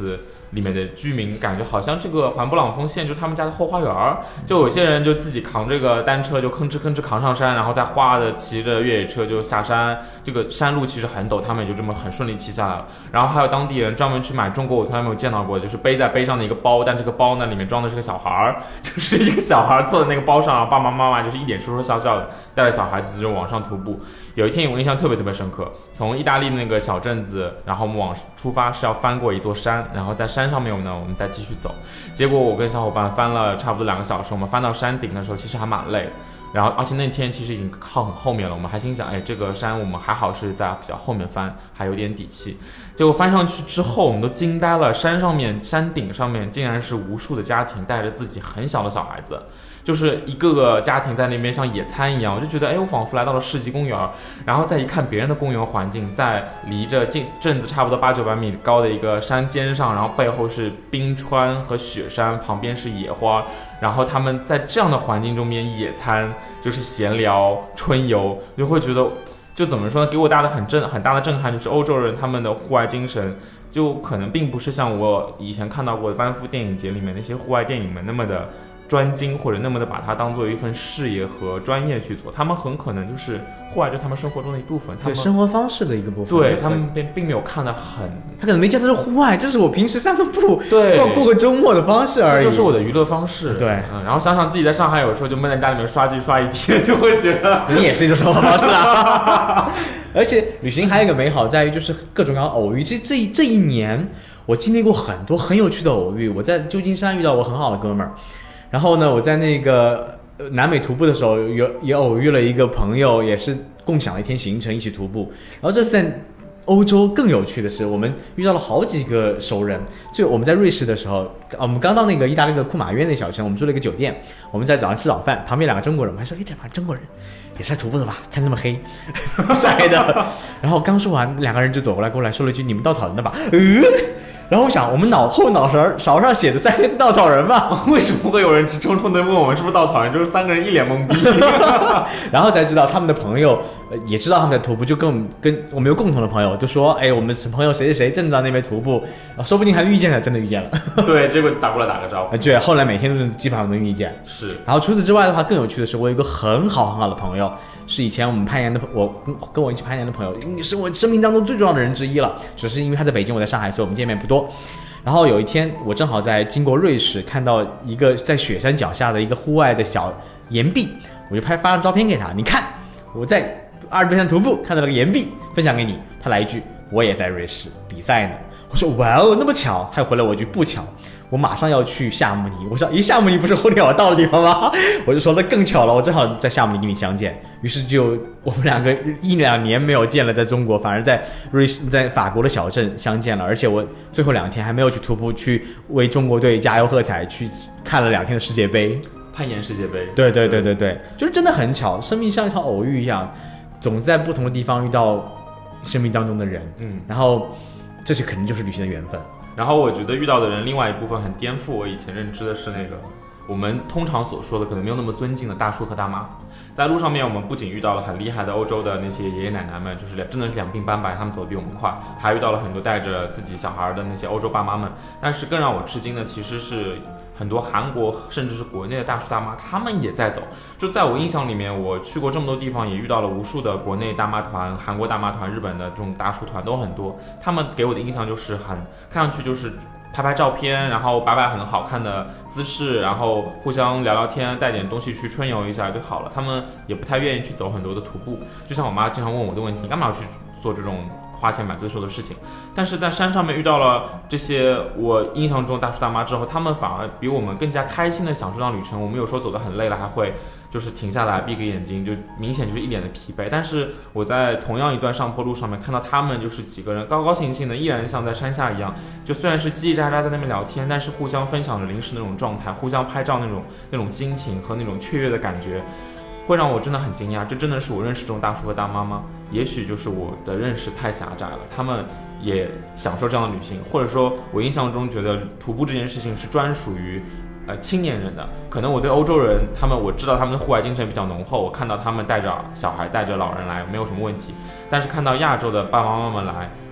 里面的居民感觉好像这个环布朗峰县就是他们家的后花园，就有些人就自己扛这个单车就吭哧吭哧扛上山，然后再哗的骑着越野车就下山。这个山路其实很陡，他们也就这么很顺利骑下来了。然后还有当地人专门去买中国我从来没有见到过的，就是背在背上的一个包，但这个包呢里面装的是个小孩，就是一个小孩坐在那个包上，然后爸爸妈妈就是一脸说说笑笑的带着小孩子就往上徒步。有一天我印象特别特别深刻，从意大利那个小镇子，然后我们往出发是要翻过一座山，然后在山上面呢我们再继续走。结果我跟小伙伴翻了差不多两个小时，我们翻到山顶的时候其实还蛮累，然后而且那天其实已经靠很后面了，我们还心想，哎，这个山我们还好是在比较后面翻，还有点底气。结果翻上去之后我们都惊呆了，山上面山顶上面竟然是无数的家庭带着自己很小的小孩子，就是一个个家庭在那边像野餐一样，我就觉得哎，我仿佛来到了世纪公园。然后再一看别人的公园环境，在离着近镇子差不多八九百米高的一个山尖上，然后背后是冰川和雪山，旁边是野花，然后他们在这样的环境中间野餐，就是闲聊春游，就会觉得就怎么说呢，给我大的很震很大的震撼，就是欧洲人他们的户外精神就可能并不是像我以前看到过的班夫电影节里面那些户外电影们那么的专精，或者那么的把它当做一份事业和专业去做，他们很可能就是户外就是他们生活中的一部分，他们对生活方式的一个部分。 对他们并并没有看得很， 他可能没觉得是户外，这是我平时散个步， 对， 过过个周末的方式而已， 这就是我的娱乐方式。 对， 嗯，然后想想自己在上海有时候就闷在家里面刷剧刷一天，就会觉得你也是一种生活方式啊。而且旅行还有一个美好在于就是各种各样的偶遇，其实这一这一年我经历过很多很有趣的偶遇。我在旧金山遇到我很好的哥们儿。然后呢，我在那个南美徒步的时候，有也偶遇了一个朋友，也是共享了一天行程，一起徒步。然后这次在欧洲更有趣的是，我们遇到了好几个熟人。就我们在瑞士的时候，我们刚到那个意大利的库马约那小城，我们住了一个酒店，我们在早上吃早饭，旁边两个中国人，我们还说，哎，这帮中国人也是来徒步的吧？看那么黑，晒的。然后刚说完，两个人就走过来，过来说了一句：“你们稻草人的吧？”嗯。然后我想，我们脑后脑勺勺上写的三个字稻草人吧？ 为什么会有人直冲冲的问我们是不是稻草人？就是三个人一脸懵逼， 然后才知道他们的朋友、呃、也知道他们在徒步，就跟我们跟我们有共同的朋友，就说，哎，我们朋友谁谁谁正在那边徒步，说不定还遇见了，真的遇见了。 对，结果打过来打个招呼。 对，后来每天都是基本上能遇见。 是。 然后除此之外的话，更有趣的是，我有一个很好很好的朋友，是以前我们攀岩的，我跟我一起攀岩的朋友，是我生命当中最重要的人之一了。只是因为他在北京，我在上海，所以我们见面不多。然后有一天，我正好在经过瑞士，看到一个在雪山脚下的一个户外的小岩壁，我就拍发张照片给他，你看我在阿尔卑斯山徒步看到了个岩壁，分享给你。他来一句，我也在瑞士比赛呢。我说哇哦，那么巧。他又回了我一句，不巧，我马上要去夏慕尼。我说，咦，夏慕尼不是后天我到的地方吗？我就说那更巧了，我正好在夏慕尼跟你相见。于是就我们两个一两年没有见了，在中国，反而在瑞士，在法国的小镇相见了。而且我最后两天还没有去徒步，去为中国队加油喝彩，去看了两天的世界杯， 攀岩世界杯。 对对对对对，就是真的很巧，生命像一场偶遇一样，总在不同的地方遇到生命当中的人。嗯，然后这就可能就是旅行的缘分。 然后我觉得遇到的人，另外一部分很颠覆我以前认知的是那个我们通常所说的可能没有那么尊敬的大叔和大妈。在路上面，我们不仅遇到了很厉害的欧洲的那些爷爷奶奶们，就是真的是两鬓斑白，他们走得比我们快，还遇到了很多带着自己小孩的那些欧洲爸妈们。但是更让我吃惊的其实是很多韩国甚至是国内的大叔大妈，他们也在走。就在我印象里面，我去过这么多地方，也遇到了无数的国内大妈团、韩国大妈团、日本的这种大叔团都很多。他们给我的印象就是很看上去就是拍拍照片，然后摆摆很好看的姿势，然后互相聊聊天，带点东西去春游一下就好了。他们也不太愿意去走很多的徒步。就像我妈经常问我的问题，你干嘛要去做这种花钱买罪受的事情？但是在山上面遇到了这些我印象中的大叔大妈之后，他们反而比我们更加开心的享受到旅程。我们有时候走得很累了，还会就是停下来闭个眼睛，就明显就是一脸的疲惫。但是我在同样一段上坡路上面看到他们就是几个人高高兴兴的，依然像在山下一样，就虽然是叽叽喳喳在那边聊天，但是互相分享着零食那种状态，互相拍照那种那种心情和那种雀跃的感觉，会让我真的很惊讶。这真的是我认识这种大叔和大妈吗？也许就是我的认识太狭窄了，他们也享受这样的旅行，或者说我印象中觉得徒步这件事情是专属于呃青年人的。可能我对欧洲人，他们我知道他们的户外精神比较浓厚，我看到他们带着小孩带着老人来没有什么问题，但是看到亚洲的爸爸妈妈们来，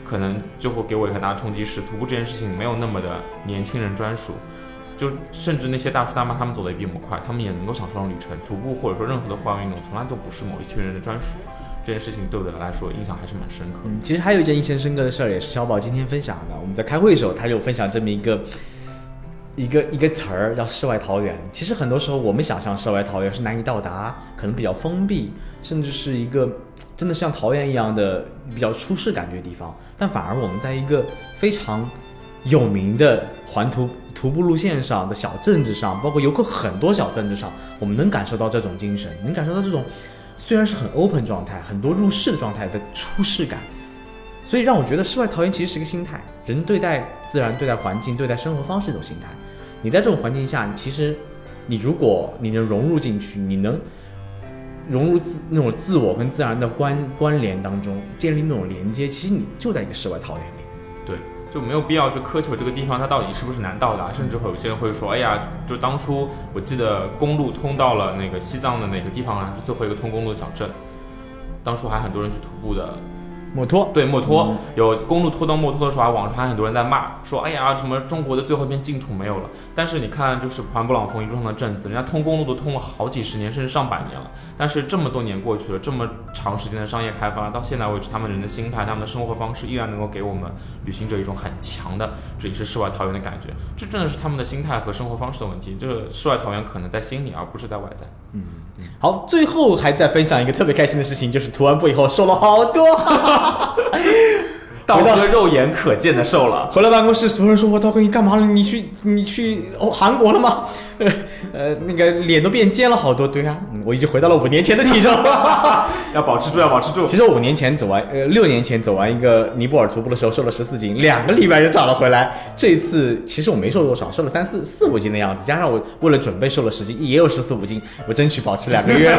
可能就会给我一个很大的冲击是，徒步这件事情没有那么的年轻人专属，就甚至那些大叔大妈他们走得也比我们快，他们也能够享受上旅程。徒步或者说任何的户外运动，从来都不是某一群人的专属。这件事情对我来说印象还是蛮深刻的。 嗯，其实还有一件印象深刻的事儿，也是小宝今天分享的。我们在开会的时候，他就分享这么一个一个一个词儿，叫世外桃源。其实很多时候我们想象世外桃源是难以到达，可能比较封闭，甚至是一个真的像桃源一样的比较出世感觉的地方。但反而我们在一个非常有名的环徒徒步路线上的小镇子上，包括游客很多小镇子上，我们能感受到这种精神，能感受到这种虽然是很 open 状态，很多入世的状态的出世感。所以让我觉得世外桃源其实是一个心态，人对待自然、对待环境、对待生活方式一种心态。你在这种环境下，其实你如果你能融入进去，你能融入自那种自我跟自然的关关联当中，建立那种连接，其实你就在一个世外桃源里。 对，就没有必要去苛求这个地方它到底是不是难到达，甚至会有些人会说，哎呀，就当初我记得公路通到了那个西藏的哪个地方啊，是最后一个通公路的小镇，当初还很多人去徒步的。 墨脱， 对，墨脱、嗯、有公路拖到墨脱的时候，还网上还很多人在骂，说哎呀，什么中国的最后一片净土没有了。但是你看，就是环布朗峰一路上的镇子，人家通公路都通了好几十年，甚至上百年了。但是这么多年过去了，这么长时间的商业开发，到现在为止，他们人的心态、他们的生活方式，依然能够给我们旅行者一种很强的，这里是世外桃源的感觉。这真的是他们的心态和生活方式的问题。这个世外桃源可能在心里，而不是在外在。 嗯，好，最后还再分享一个特别开心的事情，就是涂完步以后瘦了好多。 道哥肉眼可见的瘦了， 回到办公室，所有人说：“我道哥你干嘛了？你去你去哦韩国了吗？”呃，那个脸都变尖了好多。对啊，我已经回到了五年前的体重， 要保持住，要保持住。 其实我五年前走完，呃，六年前走完一个尼泊尔徒步的时候，瘦了十四斤，两个礼拜就长了回来。这一次其实我没瘦多少，瘦了三四四五斤的样子，加上我为了准备瘦了十斤，也有十四五斤，我争取保持两个月。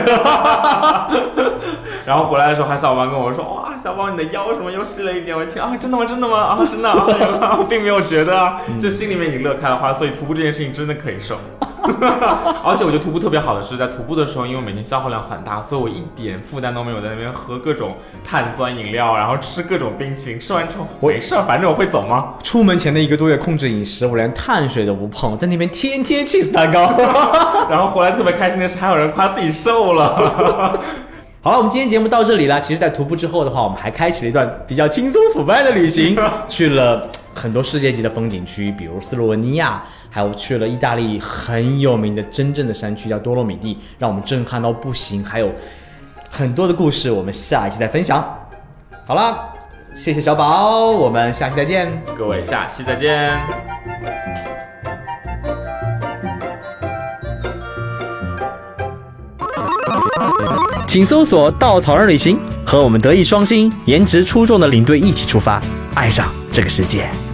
然后回来的时候，还小王跟我说：“哇，小宝你的腰什么又细了一点。”我一听啊，真的吗？真的吗？啊，真的啊，我并没有觉得啊，就心里面已经乐开了花。所以徒步这件事情真的可以瘦。而且我觉得徒步特别好的是，在徒步的时候，因为每天消耗量很大，所以我一点负担都没有，在那边喝各种碳酸饮料，然后吃各种冰淇淋。吃完之后没事，反正我会走吗？ 出门前的一个多月控制饮食，我连碳水都不碰，在那边天天cheese蛋糕。 然后回来特别开心的是，还有人夸自己瘦了。 好了，我们今天节目到这里了。其实，在徒步之后的话，我们还开启了一段比较轻松腐败的旅行，去了很多世界级的风景区，比如斯洛文尼亚，还有去了意大利很有名的真正的山区叫多洛米蒂，让我们震撼到不行。还有很多的故事，我们下一期再分享。好了，谢谢小宝，我们下期再见， 各位下期再见。 请搜索稻草人旅行，和我们德艺双馨、颜值出众的领队一起出发，爱上这个世界。